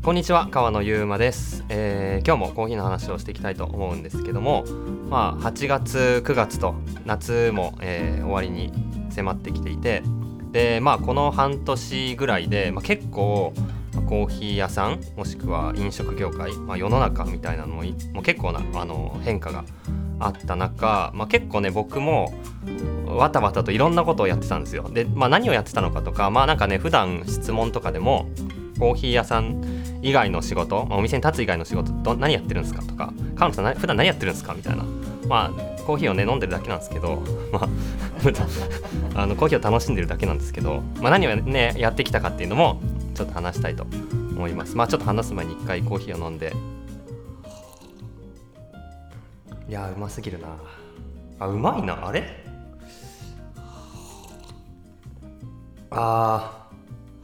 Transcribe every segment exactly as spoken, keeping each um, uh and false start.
こんにちは、川野ゆうまです、えー、今日もコーヒーの話をしていきたいと思うんですけども、まあ、はちがつくがつと夏も、えー、終わりに迫ってきていて、で、まあ、この半年ぐらいで、まあ、結構コーヒー屋さんもしくは飲食業界、まあ、世の中みたいなのも、もう結構なあの変化があった中、まあ、結構ね僕もわたわたといろんなことをやってたんですよ。で、まあ、何をやってたのかとか、まあなんかね普段質問とかでもコーヒー屋さん以外の仕事、まあ、お店に立つ以外の仕事ど何やってるんですかとか、川野さん普段何やってるんですかみたいな、まあコーヒーをね飲んでるだけなんですけど、まああのコーヒーを楽しんでるだけなんですけど、まあ、何をねやってきたかっていうのもちょっと話したいと思います。まあちょっと話す前に一回コーヒーを飲んで、いやーうますぎるなあ、うまいな、あれあー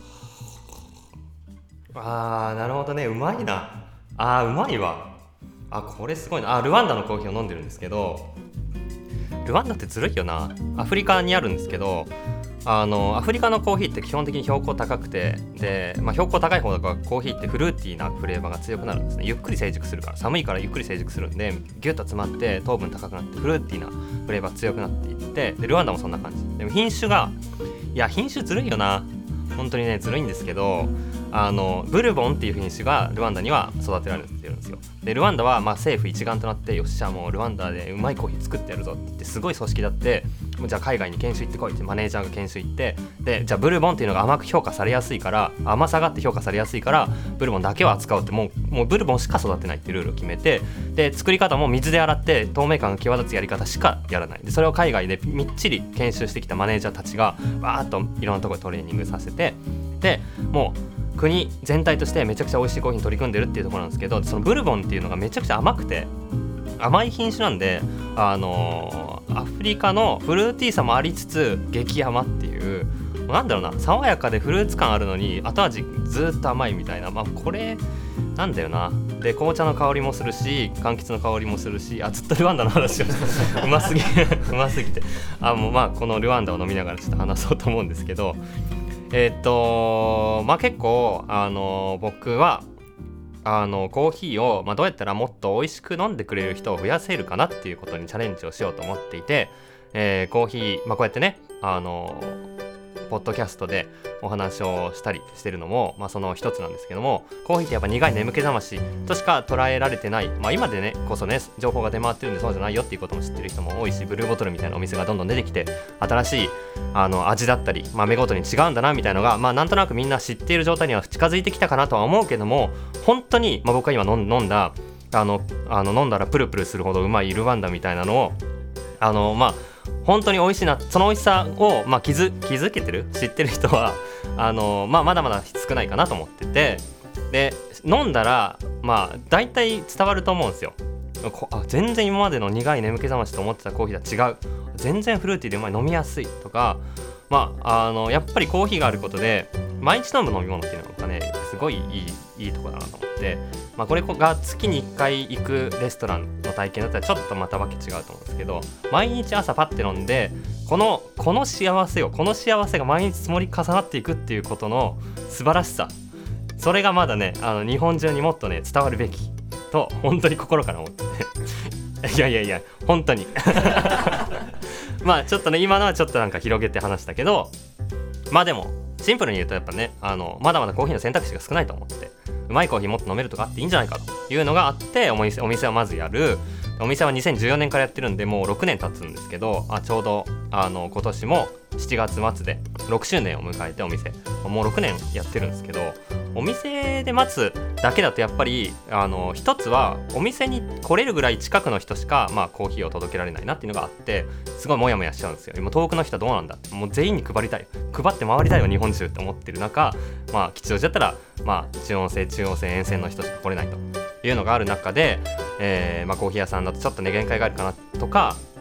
あーなるほどね、うまいなあーうまいわあ、これすごいなあ。ルワンダのコーヒーを飲んでるんですけど、ルワンダってずるいよな。アフリカにあるんですけど、あのアフリカのコーヒーって基本的に標高高くて、で、まあ、標高高い方だからコーヒーってフルーティーなフレーバーが強くなるんですね。ゆっくり成熟するから、寒いからゆっくり成熟するんでギュッと詰まって糖分高くなってフルーティーなフレーバー強くなっていって、でルワンダもそんな感じでも品種が、いや品種ずるいよな、本当にねずるいんですけど、あのブルボンっていう品種がルワンダには育てられてるんですよ。でルワンダはまあ政府一丸となって、よっしゃもうルワンダでうまいコーヒー作ってやるぞって言って、すごい組織だって、じゃあ海外に研修行ってこいってマネージャーが研修行って、でじゃあブルボンっていうのが甘く評価されやすいから、甘さがあって評価されやすいからブルボンだけを扱うって、もう、もうブルボンしか育てないっていうルールを決めて、で作り方も水で洗って透明感が際立つやり方しかやらない。でそれを海外でみっちり研修してきたマネージャーたちがバーッといろんなところでトレーニングさせて、でもう国全体としてめちゃくちゃ美味しいコーヒーに取り組んでるっていうところなんですけど、そのブルボンっていうのがめちゃくちゃ甘くて、甘い品種なんで、あのー、アフリカのフルーティーさもありつつ激甘っていう、なんだろうな、爽やかでフルーツ感あるのに後味ずっと甘いみたいな、まあこれなんだよな。で紅茶の香りもするし柑橘の香りもするし、あずっとルワンダの話をうますぎうますぎて、あもうまあこのルワンダを飲みながらちょっと話そうと思うんですけど、えーっとまあ結構あの僕はあのコーヒーを、まあ、どうやったらもっと美味しく飲んでくれる人を増やせるかなっていうことにチャレンジをしようと思っていて、えー、コーヒー、まあ、こうやってねあのポッドキャストでお話をしたりしてるのも、まあ、その一つなんですけども、コーヒーってやっぱ苦い眠気覚ましとしか捉えられてない、まあ、今でねこそね情報が出回ってるんでそうじゃないよっていうことも知ってる人も多いし、ブルーボトルみたいなお店がどんどん出てきて、新しいあの味だったり豆ごとに違うんだなみたいなのが、まあ、なんとなくみんな知っている状態には近づいてきたかなとは思うけども、本当に、まあ、僕が今飲ん、飲んだあのあの飲んだらプルプルするほどうまいルワンダみたいなのをあのまあ本当に美味しいな、その美味しさを、まあ、気づ、気づけてる知ってる人はあの、まあ、まだまだ少ないかなと思ってて、で飲んだらまあ大体伝わると思うんですよ。あ全然今までの苦い眠気覚ましと思ってたコーヒーとは違う、全然フルーティーでうまい、飲みやすいとか、まあ、あのやっぱりコーヒーがあることで毎日飲む飲み物っていうのがねすごいいい、いいとこだなと思って、まあ、これが月にいっかい行くレストランの体験だったらちょっとまたわけ違うと思うんですけど、毎日朝パッて飲んでこの、この幸せをこの幸せが毎日積もり重なっていくっていうことの素晴らしさ、それがまだねあの日本中にもっとね伝わるべきと本当に心から思っていやいやいや本当にまあちょっとね今のはちょっとなんか広げて話したけど、まあでもシンプルに言うとやっぱねあのまだまだコーヒーの選択肢が少ないと思って、うまいコーヒーもっと飲めるとかあっていいんじゃないかというのがあって、お店、お店はまずやる。お店はにせんじゅうよねんからやってるんでもうろくねん経つんですけど、あちょうどあの今年もしちがつ末でろくしゅうねんを迎えて、お店もうろくねんやってるんですけど、お店で待つだけだとやっぱりあの一つはお店に来れるぐらい近くの人しか、まあ、コーヒーを届けられないなっていうのがあって、すごいモヤモヤしちゃうんですよ。今遠くの人はどうなんだって、もう全員に配りたい、配って回りたいよ日本中って思ってる中、まあ吉祥寺だったら、まあ、中央線中央線沿線の人しか来れないというのがある中で、えーまあ、コーヒー屋さんだとちょっとね限界があるかなとか、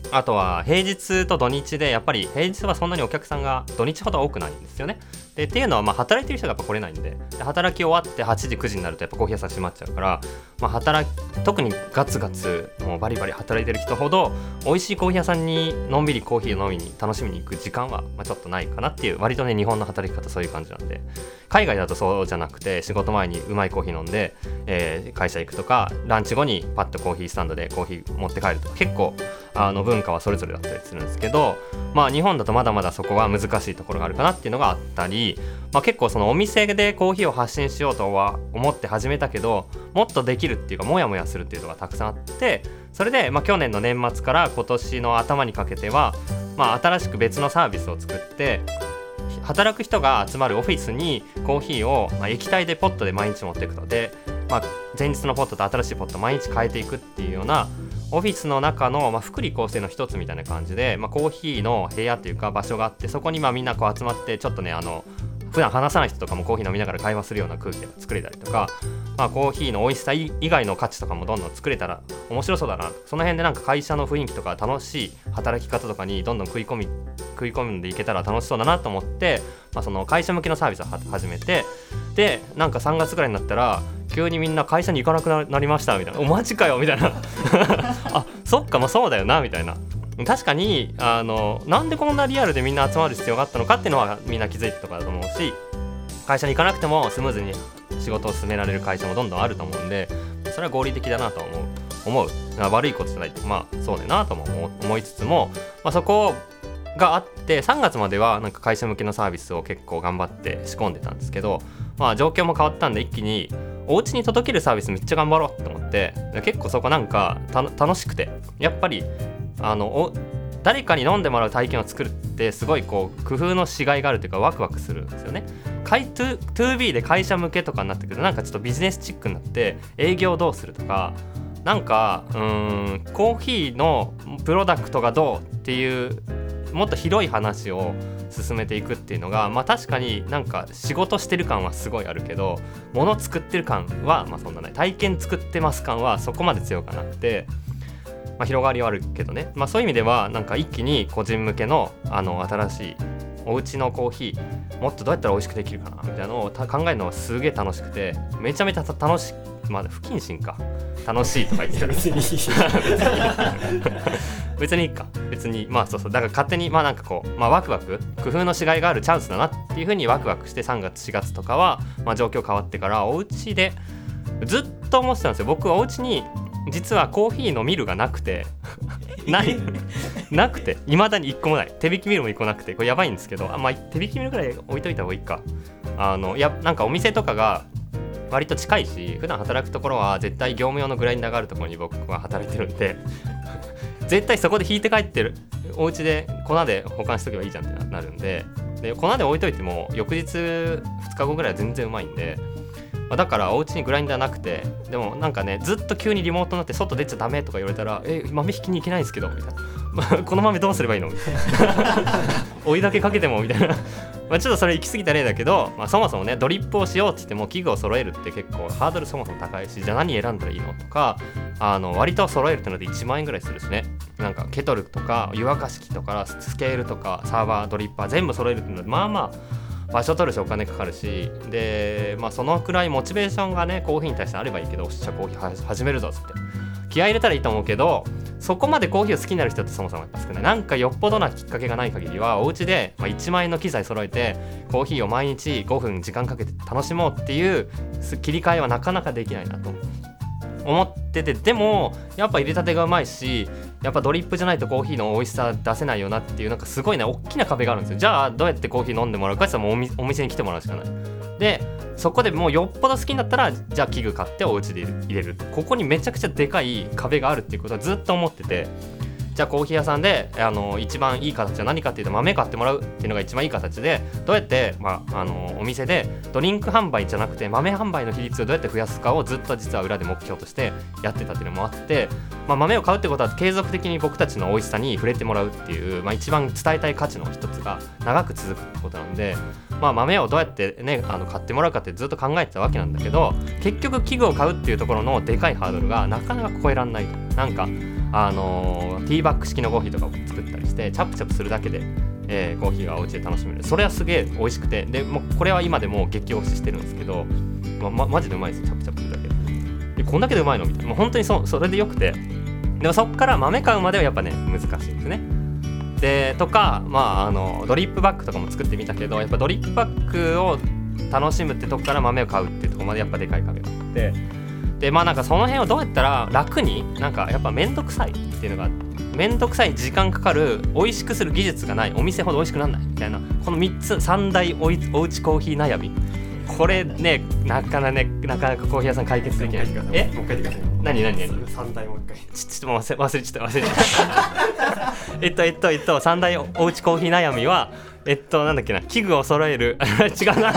あとは平日と土日でやっぱり平日はそんなにお客さんが土日ほど多くないんですよね。でっていうのはまあ働いてる人がやっぱ来れないんで、で働き終わってはちじくじになるとやっぱコーヒー屋さん閉まっちゃうから、まあ、働特にガツガツもうバリバリ働いてる人ほど美味しいコーヒー屋さんにのんびりコーヒーを飲みに楽しみに行く時間はまあちょっとないかなっていう、割とね日本の働き方そういう感じなんで、海外だとそうじゃなくて仕事前にうまいコーヒー飲んで、えー、会社行くとかランチ後にパッとコーヒースタンドでコーヒー持って帰るとか結構あの文化はそれぞれだったりするんですけど、まあ日本だとまだまだそこは難しいところがあるかなっていうのがあったり、まあ、結構そのお店でコーヒーを発信しようとは思って始めたけどもっとできるっていうかモヤモヤするっていうのがたくさんあって、それでまあ去年の年末から今年の頭にかけてはまあ新しく別のサービスを作って働く人が集まるオフィスにコーヒーをまあ液体でポットで毎日持っていくので、まあ、前日のポットと新しいポットを毎日変えていくっていうようなオフィスの中の、まあ、福利厚生の一つみたいな感じで、まあ、コーヒーの部屋というか場所があって、そこにまあみんなこう集まってちょっとねあの普段話さない人とかもコーヒー飲みながら会話するような空気が作れたりとか、まあ、コーヒーの美味しさ以外の価値とかもどんどん作れたら面白そうだな、その辺でなんか会社の雰囲気とか楽しい働き方とかにどんどん食い込み食い込んでいけたら楽しそうだなと思って、まあ、その会社向けのサービスを始めて、でなんかさんがつぐらいになったら急にみんな会社に行かなくなりましたみたいな、おマジかよみたいなあそっかまあそうだよなみたいな、確かにあのなんでこんなリアルでみんな集まる必要があったのかっていうのはみんな気づいてとかだと思うし、会社に行かなくてもスムーズに仕事を進められる会社もどんどんあると思うんで、それは合理的だなと思う思う悪いことじゃないってまあそうだよなとも思いつつも、まあ、そこがあってさんがつまではなんか会社向けのサービスを結構頑張って仕込んでたんですけど、まあ状況も変わったんで一気にお家に届けるサービスめっちゃ頑張ろうと思って、結構そこなんかた楽しくて、やっぱりあのお誰かに飲んでもらう体験を作るってすごいこう工夫のしがいがあるというかワクワクするんですよね。トゥー トゥービー で会社向けとかになってくるとなんかちょっとビジネスチックになって営業どうするとか、なんかうーんコーヒーのプロダクトがどうっていうもっと広い話を進めていくっていうのが、まあ確かになんか仕事してる感はすごいあるけど、物作ってる感はまあそんなない、体験作ってます感はそこまで強くなくて、まあ、広がりはあるけどね、まあ、そういう意味ではなんか一気に個人向けのあの新しいお家のコーヒーもっとどうやったら美味しくできるかなみたいなのを考えるのがすげえ楽しくて、めちゃめちゃ楽しい、まあ不謹慎か楽しいとか言ってたら別に別にいいか別にまあそうそうだから勝手にまあなんかこう、まあ、ワクワク工夫のしがいがあるチャンスだなっていう風にワクワクしてさんがつしがつとかは、まあ、状況変わってからお家でずっと思ってたんですよ。僕はお家に実はコーヒーのミルがなくてないなくて未だにいっこもない、手引きミルもいっこなくて、これやばいんですけど、あ、まあ、手引きミルぐらい置いといた方がいいか。あのいやなんかお店とかが割と近いし、普段働くところは絶対業務用のグラインダーがあるところに僕は働いてるんで絶対そこで引いて帰ってるお家で粉で保管しとけばいいじゃんってなるんで、で粉で置いといても翌日ふつかごぐらいは全然うまいんで、だからお家にグラインダーなくて、でもなんかねずっと急にリモートになって外出ちゃダメとか言われたら、え豆引きに行けないんですけどみたいなこの豆どうすればいいのみたいなお湯だけかけてもみたいなまあちょっとそれ行き過ぎた例だけど、まあ、そもそもねドリップをしようって言っても器具を揃えるって結構ハードルそもそも高いし、じゃあ何選んだらいいのとか、あの割と揃えるってのでいちまんえんぐらいするしね、なんかケトルとか湯沸かし器とかスケールとかサーバードリッパー全部揃えるっていうのでまあまあ場所取るしお金かかるし、で、まあ、そのくらいモチベーションがねコーヒーに対してあればいいけど、おっしゃコーヒー始めるぞっつって気合い入れたらいいと思うけど、そこまでコーヒーを好きになる人ってそもそもやっぱ少ない。なんかよっぽどなきっかけがない限りはお家でいちまんえんの機材揃えてコーヒーを毎日ごふん時間かけて楽しもうっていう切り替えはなかなかできないなと思ってて、でもやっぱ入れたてがうまいし、やっぱドリップじゃないとコーヒーの美味しさ出せないよなっていう、なんかすごいね大きな壁があるんですよ。じゃあどうやってコーヒー飲んでもらうかって言ったらもう お, お店に来てもらうしかない。でそこでもうよっぽど好きになったらじゃあ器具買ってお家で入れる、ここにめちゃくちゃでかい壁があるっていうことはずっと思ってて、じゃあコーヒー屋さんであの一番いい形は何かっていうと豆買ってもらうっていうのが一番いい形で、どうやって、まあ、あのお店でドリンク販売じゃなくて豆販売の比率をどうやって増やすかをずっと実は裏で目標としてやってたっていうのもあって、まあ、豆を買うってことは継続的に僕たちの美味しさに触れてもらうっていう、まあ、一番伝えたい価値の一つが長く続くってことなんで、まあ、豆をどうやって、ね、あの買ってもらうかってずっと考えてたわけなんだけど、結局器具を買うっていうところのでかいハードルがなかなか超えらんない。なんかあのー、ティーバッグ式のコーヒーとかを作ったりしてチャプチャプするだけで、えー、コーヒーがお家で楽しめる。それはすげえ美味しくて、でもうこれは今でも激推ししてるんですけど、まま、マジでうまいです。チャプチャプするだけで、こんだけでうまいのみたいな、もう本当に そ, それでよくて、でもそっから豆買うまではやっぱね難しいんですね。でとか、まあ、あのドリップバッグとかも作ってみたけど、やっぱドリップバッグを楽しむってとこから豆を買うっていうところまでやっぱでかい壁があって、でまあなんかその辺をどうやったら楽に、なんかやっぱめんどくさいっていうのが、めんどくさい、時間かかる、美味しくする技術がない、お店ほど美味しくならないみたいな、このみっつ三大おいおうちコーヒー悩み、これねなかなかねなかなかコーヒー屋さん解決できない。えもう一回言ってください。 何何何三大もう一回。 ちちょっともう忘れ忘れちゃった忘れちゃったえっとえっとえっと三大おうちコーヒー悩みはえっとなんだっけな、器具を揃える違うな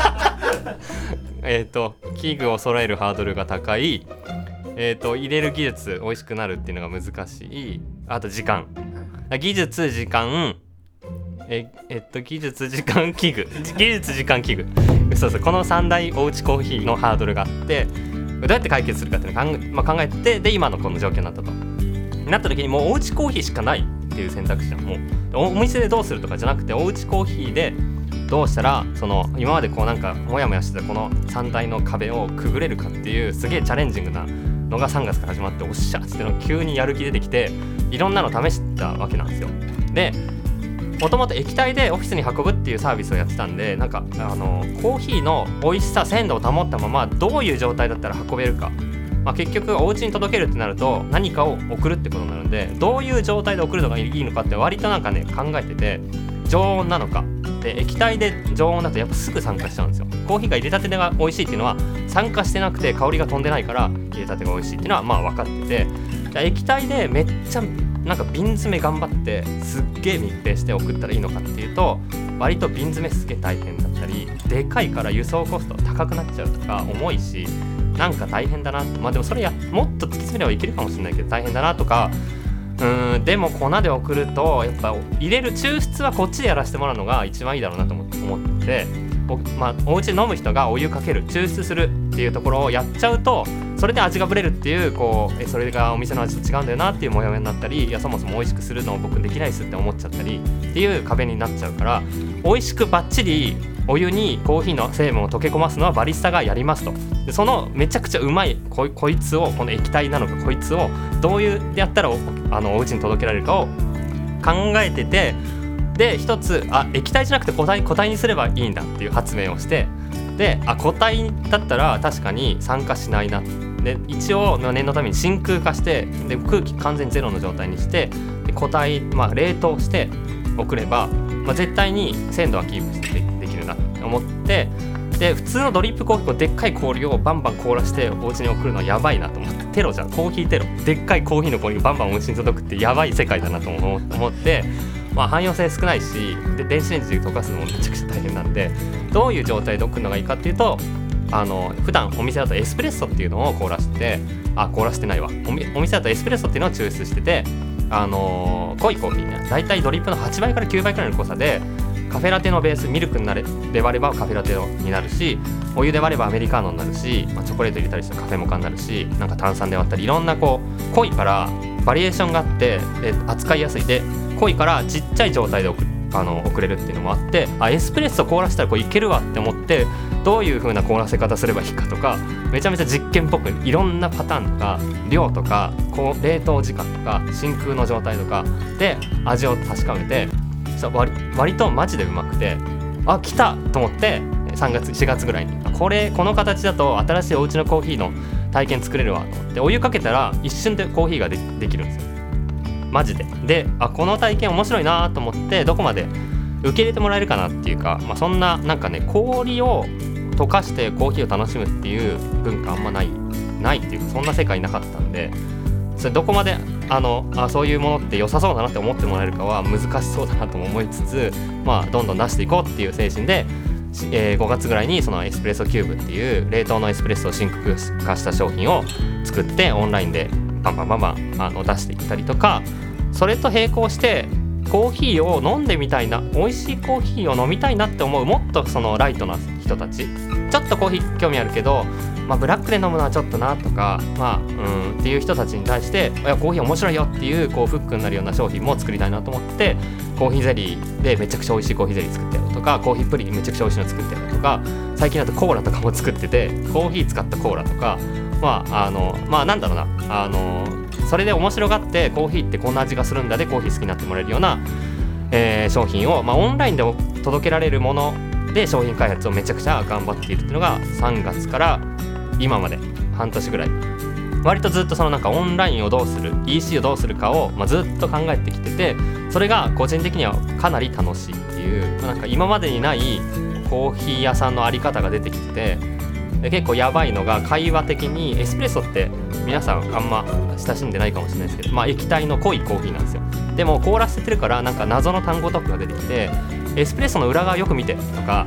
えっと器具を揃えるハードルが高い、えっと入れる技術、美味しくなるっていうのが難しい、あと時間、技術時間、ええっと技術時間器具技術時間器具そうそう、この三大おうちコーヒーのハードルがあって、どうやって解決するかっていうのを考え、まあ、考えて、で今のこの状況になったとなった時に、もうおうちコーヒーしかないっていう選択肢はもうお店でどうするとかじゃなくて、おうちコーヒーでどうしたらその今までこうなんかモヤモヤしてたこの三大の壁をくぐれるかっていう、すげえチャレンジングなのがさんがつから始まって、おっしゃっつっての急にやる気出てきて、いろんなの試したわけなんですよ。でもともと液体でオフィスに運ぶっていうサービスをやってたんで、なんかあのコーヒーの美味しさ、鮮度を保ったままどういう状態だったら運べるか、まあ、結局お家に届けるってなると何かを送るってことになるんで、どういう状態で送るのがいいのかって割となんかね考えてて、常温なのかで、液体で常温だとやっぱすぐ酸化しちゃうんですよ。コーヒーが入れたてが美味しいっていうのは酸化してなくて香りが飛んでないから入れたてが美味しいっていうのはまあ分かってて、液体でめっちゃなんか瓶詰め頑張ってすっげえ密閉して送ったらいいのかっていうと、割と瓶詰めすげえ大変だったり、でかいから輸送コスト高くなっちゃうとか、重いしなんか大変だな、まあでもそれやもっと突き詰めればいけるかもしれないけど大変だなとか、うーんでも粉で送るとやっぱ入れる抽出はこっちでやらせてもらうのが一番いいだろうなと思って、お,、まあ、お家で飲む人がお湯かける、抽出するっていうところをやっちゃうと、それで味がブレるっていう、こうえそれがお店の味と違うんだよなっていうモヤモヤになったり、いやそもそも美味しくするのを僕できないっすって思っちゃったりっていう壁になっちゃうから、美味しくバッチリお湯にコーヒーの成分を溶け込ますのはバリスタがやりますと。でそのめちゃくちゃうまい こ, こいつを、この液体なのかこいつをどういうやったら お, あのお家に届けられるかを考えてて、で一つ、あ液体じゃなくて固体、固体にすればいいんだっていう発明をして、であ固体だったら確かに酸化しないな、で一応念のために真空化して、で空気完全ゼロの状態にして、で固体、まあ、冷凍して送れば、まあ、絶対に鮮度はキープして で, できるなって思って、で普通のドリップコーヒー、でっかい氷をバンバン凍らしてお家に送るのはやばいなと思って、テロじゃん、コーヒーテロ、でっかいコーヒーの氷がバンバンお家に届くってやばい世界だなと思って、まあ、汎用性少ないし、で電子レンジで溶かすのもめちゃくちゃ大変なんで、どういう状態で送るのがいいかっていうと、あの普段お店だとエスプレッソっていうのを凍らしてて、あ凍らしてないわ お, お店だとエスプレッソっていうのを抽出してて、あのー、濃いコーヒーね、だいたいドリップのはちばいからきゅうばいくらいの濃さで、カフェラテのベースミルクになれで割ればカフェラテになるし、お湯で割ればアメリカーノになるし、まあ、チョコレート入れたりしたらカフェモカになるし、なんか炭酸で割ったり、いろんなこう濃いからバリエーションがあって、え扱いやすいで、濃いからちっちゃい状態で送あの送れるっていうのもあって、あエスプレッソ凍らせたらこれいけるわって思って、どういう風な凍らせ方すればいいかとか、めちゃめちゃ実験っぽくいろんなパターンとか量とかこう冷凍時間とか真空の状態とかで味を確かめて、割, 割とマジでうまくて、あ来たと思ってさんがつしがつぐらいに、これこの形だと新しいお家のコーヒーの体験作れるわと思って、お湯かけたら一瞬でコーヒーが で, できるんですよマジで。であこの体験面白いなと思って、どこまで受け入れてもらえるかなっていうか、まあ、そんななんかね氷を溶かしてコーヒーを楽しむっていう文化あんまないないっていうか、そんな世界なかったんで、それどこまであのあそういうものって良さそうだなって思ってもらえるかは難しそうだなとも思いつつ、まあどんどん出していこうっていう精神で、えー、ごがつぐらいにそのエスプレッソキューブっていう冷凍のエスプレッソを真空化した商品を作ってオンラインでバンバンバンバンあの出していったりとか、それと並行してコーヒーを飲んでみたいな、美味しいコーヒーを飲みたいなって思うもっとそのライトな人たち、ちょっとコーヒー興味あるけどまあ、ブラックで飲むのはちょっとなとか、まあ、うんっていう人たちに対していやコーヒー面白いよっていう、こうフックになるような商品も作りたいなと思って、コーヒーゼリーでめちゃくちゃ美味しいコーヒーゼリー作ってやろうとか、コーヒープリンめちゃくちゃ美味しいの作ってやろうとか、最近だとコーラとかも作ってて、コーヒー使ったコーラとか、まああのまあなんだろうな、あのそれで面白がってコーヒーってこんな味がするんだでコーヒー好きになってもらえるような、えー、商品を、まあ、オンラインで届けられるもので商品開発をめちゃくちゃ頑張っているっていうのがさんがつから今まで半年ぐらい、割とずっとそのなんかオンラインをどうする イーシー をどうするかを、まあ、ずっと考えてきてて、それが個人的にはかなり楽しいっていう、なんか今までにないコーヒー屋さんのあり方が出てきてて、で結構やばいのが会話的にエスプレッソって皆さんあんま親しんでないかもしれないですけど、まあ、液体の濃いコーヒーなんですよ。でも凍らせてるからなんか謎の単語とかが出てきて、エスプレッソの裏側よく見てとか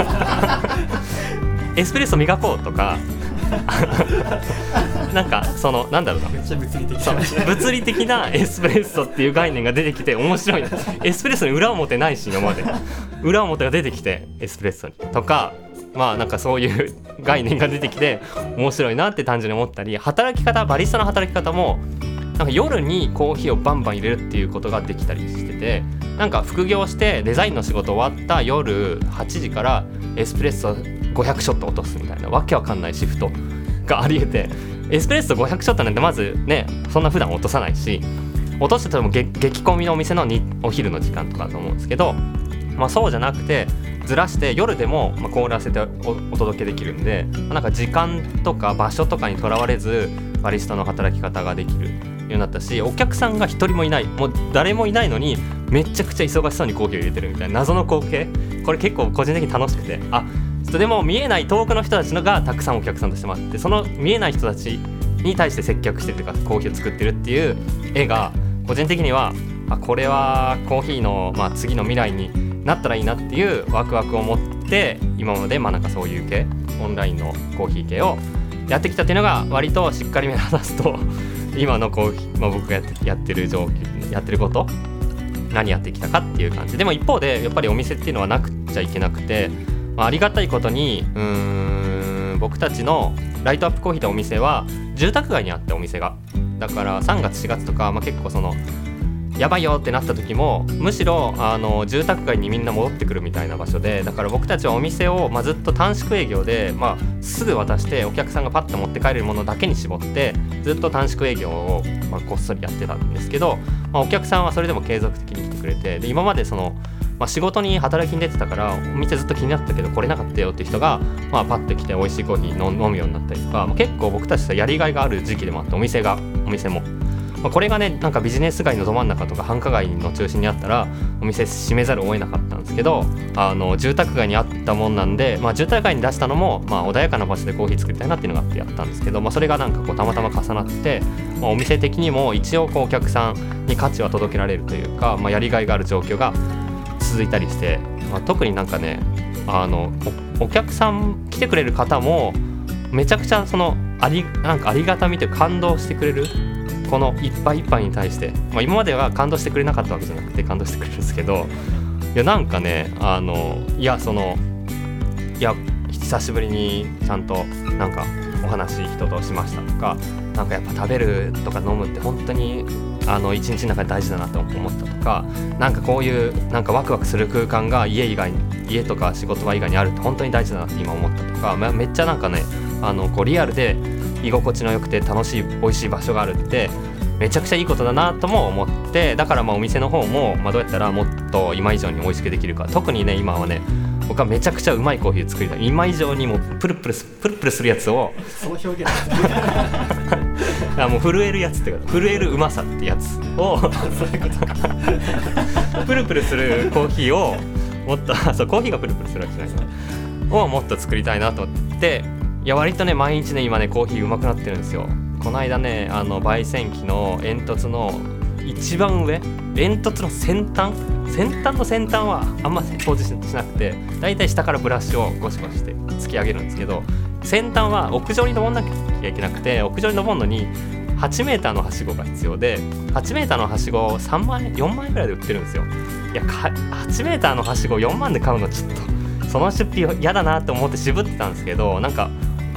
エスプレッソ磨こうとかなんかそのなんだろうな、 めっちゃ物理的な物理的なエスプレッソっていう概念が出てきて面白い。エスプレッソに裏表ないし今まで裏表が出てきてエスプレッソにとか、まあなんかそういう概念が出てきて面白いなって単純に思ったり、働き方バリスタの働き方もなんか夜にコーヒーをバンバン入れるっていうことができたりしてて、なんか副業してデザインの仕事終わった夜はちじからエスプレッソごひゃくショット落とすみたいなわけわかんないシフトがあり得て、エスプレッソごひゃくショットなんてまずねそんな普段落とさないし、落としてても激混みのお店のにお昼の時間とかだと思うんですけど、まあそうじゃなくてずらして夜でもまあ凍らせて お, お届けできるんで、なんか時間とか場所とかにとらわれずバリスタの働き方ができるようになったし、お客さんが一人もいない、もう誰もいないのにめちゃくちゃ忙しそうにコーヒーを入れてるみたいな謎の光景、これ結構個人的に楽しくて、あちょっとでも見えない遠くの人たちのがたくさんお客さんとしてもあって、その見えない人たちに対して接客してるというかコーヒーを作ってるっていう絵が個人的には、あこれはコーヒーの、まあ、次の未来になったらいいなっていうワクワクを持って今までまあなんかそういう系オンラインのコーヒー系をやってきたっていうのが割としっかり目指すと今のコーヒー、まあ、僕がやって、やってる状況やってること何やってきたかっていう感じでも、一方でやっぱりお店っていうのはなくちゃいけなくて、まあ、ありがたいことにうーん僕たちのライトアップコーヒーのお店は住宅街にあってお店がだからさんがつしがつとか、まあ、結構そのやばいよってなった時もむしろあの住宅街にみんな戻ってくるみたいな場所で、だから僕たちはお店を、まあ、ずっと短縮営業で、まあ、すぐ渡してお客さんがパッと持って帰れるものだけに絞ってずっと短縮営業を、まあ、こっそりやってたんですけど、まあ、お客さんはそれでも継続的に来てくれて、で今までその、まあ、仕事に働きに出てたからお店ずっと気になったけど来れなかったよっていう人が、まあ、パッて来て美味しいコーヒー飲むようになったりとか、まあ、結構僕たちとやりがいがある時期でもあって、お店がお店もまあ、これがねなんかビジネス街のど真ん中とか繁華街の中心にあったらお店閉めざるを得なかったんですけど、あの住宅街にあったもんなんで、まあ、住宅街に出したのも、まあ、穏やかな場所でコーヒー作りたいなっていうのがあってやったんですけど、まあ、それがなんかこうたまたま重なって、まあ、お店的にも一応こうお客さんに価値は届けられるというか、まあ、やりがいがある状況が続いたりして、まあ、特になんかねあの お, お客さん来てくれる方もめちゃくちゃそのありなんかありがたみという感動してくれるこの一杯一杯に対して、まあ、今までは感動してくれなかったわけじゃなくて感動してくれるんですけど、いやなんかねあのいやそのいや久しぶりにちゃんとなんかお話人としましたとか、なんかやっぱ食べるとか飲むって本当にあの一日の中で大事だなと思ったとか、なんかこういうなんかワクワクする空間が家以外に家とか仕事場以外にあるって本当に大事だなって今思ったとか、まあ、めっちゃなんかねあのこうリアルで居心地の良くて楽しい美味しい場所があるってめちゃくちゃいいことだなとも思って、だからまあお店の方もまあどうやったらもっと今以上に美味しくできるか、特にね今はね僕はめちゃくちゃうまいコーヒーを作りたい、今以上にもうプルプルプルプルするやつをその表現あもう震えるやつっていうか震えるうまさってやつをプルプルするコーヒーをもっとそうコーヒーがプルプルするわけじゃないですをもっと作りたいなと思って、いや割とね毎日ね今ねコーヒーうまくなってるんですよ。この間ねあの焙煎機の煙突の一番上煙突の先端先端の先端はあんま掃除しなくて、だいたい下からブラシをゴシゴシして突き上げるんですけど、先端は屋上に登んなきゃいけなくて、屋上に登るのにはちメーターのはしごが必要で、はちメーターのはしごさんまんえんよんまんえんぐらいで売ってるんですよ。いやはちメーターのはしごよんまんで買うのちょっとその出費嫌だなと思って渋ってたんですけど、なんか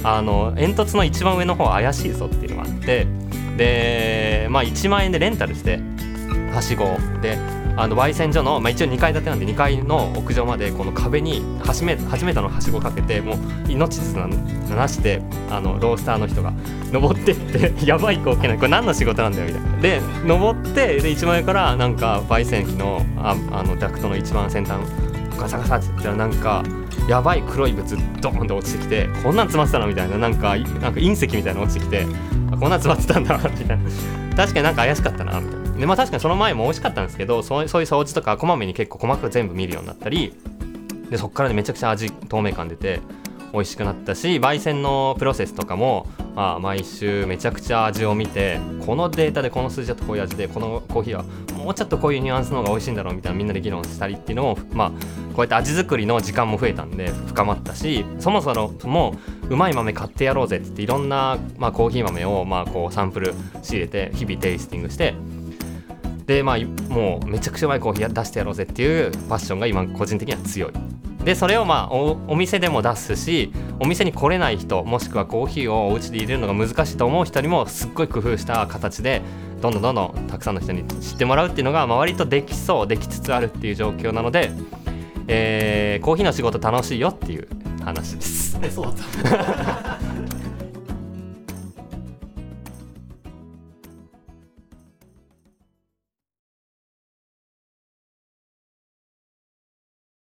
あの煙突の一番上の方怪しいぞっていうのがあって、で、まあ、いちまんえんでレンタルしてはしごであの焙煎所の、まあ、一応にかい建てなんでにかいの屋上までこの壁に初め初めてのはしごかけて、もう命綱なしてあのロースターの人が登ってってやばい光景ない、これ何の仕事なんだよみたいなで登ってでいちまんえんからなんか焙煎機の あ, あのダクトの一番先端ガサガサって言ったらなんかやばい黒い物ドーンと落ちてきて、こんなん詰まってたのみたいな、なんかなんか隕石みたいなの落ちてきて、あこんなん詰まってたんだみたいな、確かになんか怪しかったなみたいな。でまあ確かにその前も美味しかったんですけど、そう、そういう掃除とかこまめに結構細かく全部見るようになったりで、そっからねめちゃくちゃ味透明感出て美味しくなったし、焙煎のプロセスとかも、まあ、毎週めちゃくちゃ味を見て、このデータでこの数字だとこういう味で、このコーヒーはもうちょっとこういうニュアンスの方が美味しいんだろうみたいなみんなで議論したりっていうのも、まあこうやって味作りの時間も増えたんで深まったし、そもそもうまい豆買ってやろうぜって言っていろんな、まあ、コーヒー豆をまあこうサンプル仕入れて日々テイスティングして、でまあもうめちゃくちゃうまいコーヒー出してやろうぜっていうパッションが今個人的には強い。でそれをまあ お, お店でも出すし、お店に来れない人もしくはコーヒーをお家で入れるのが難しいと思う人にもすっごい工夫した形でどんどんどんどんたくさんの人に知ってもらうっていうのが割とできそうできつつあるっていう状況なので、えー、コーヒーの仕事楽しいよっていう話です。 えそうだった